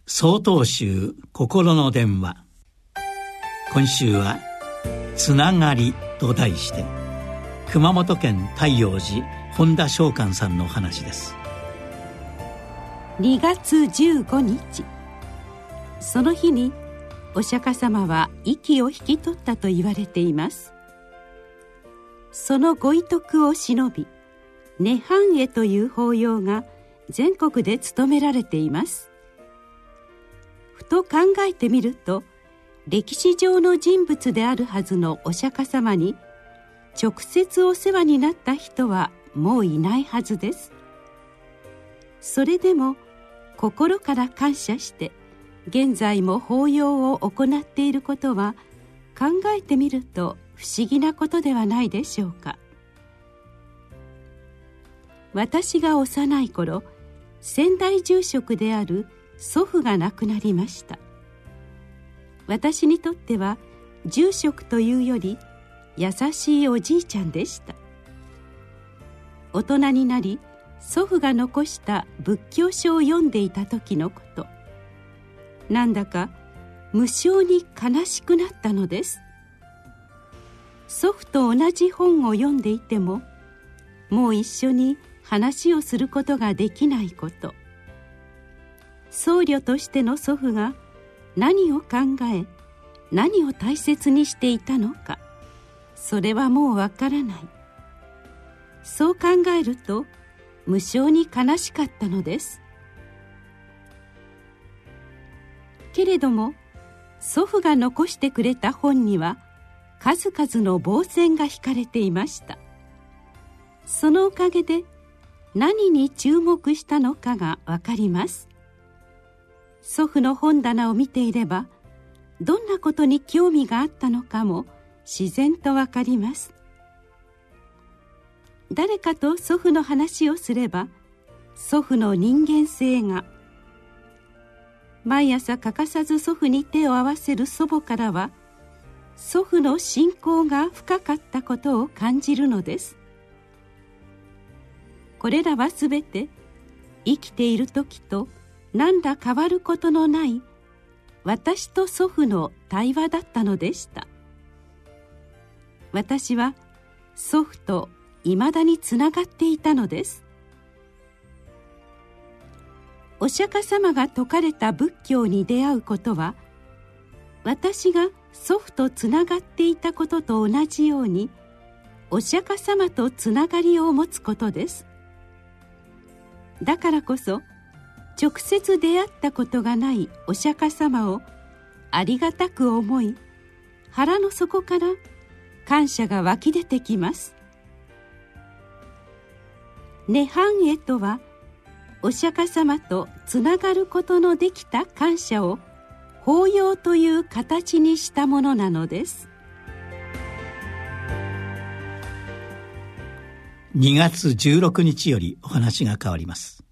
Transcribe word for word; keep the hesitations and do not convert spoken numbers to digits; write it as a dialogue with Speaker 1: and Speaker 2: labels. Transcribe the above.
Speaker 1: 曹洞宗心の電話。今週はつながりと題して、熊本県太陽寺本田正観さんの話です。
Speaker 2: にがつじゅうごにち、その日にお釈迦様は息を引き取ったと言われています。そのご遺徳を偲び、涅槃会という法要が全国で務められています。ふと考えてみると、歴史上の人物であるはずのお釈迦様に直接お世話になった人はもういないはずです。それでも心から感謝して現在も法要を行っていることは、考えてみると不思議なことではないでしょうか。私が幼い頃、先代住職である祖父が亡くなりました。私にとっては住職というより優しいおじいちゃんでした。大人になり、祖父が残した仏教書を読んでいた時のこと、なんだか無性に悲しくなったのです。祖父と同じ本を読んでいても、もう一緒に話をすることができないこと、僧侶としての祖父が何を考え、何を大切にしていたのか、それはもうわからない。そう考えると無性に悲しかったのです。けれども、祖父が残してくれた本には数々の傍線が引かれていました。そのおかげで何に注目したのかがわかります。祖父の本棚を見ていれば、どんなことに興味があったのかも自然とわかります。誰かと祖父の話をすれば、祖父の人間性が、毎朝欠かさず祖父に手を合わせる祖母からは、祖父の信仰が深かったことを感じるのです。これらはすべて生きている時と何ら変わることのない私と祖父の対話だったのでした。私は祖父といまだにつながっていたのです。お釈迦様が説かれた仏教に出会うことは、私が祖父とつながっていたことと同じように、お釈迦様とつながりを持つことです。だからこそ、直接出会ったことがないお釈迦様をありがたく思い、腹の底から感謝が湧き出てきます。涅槃会とは、お釈迦様とつながることのできた感謝を法要という形にしたものなのです。
Speaker 1: にがつじゅうろくにちよりお話が変わります。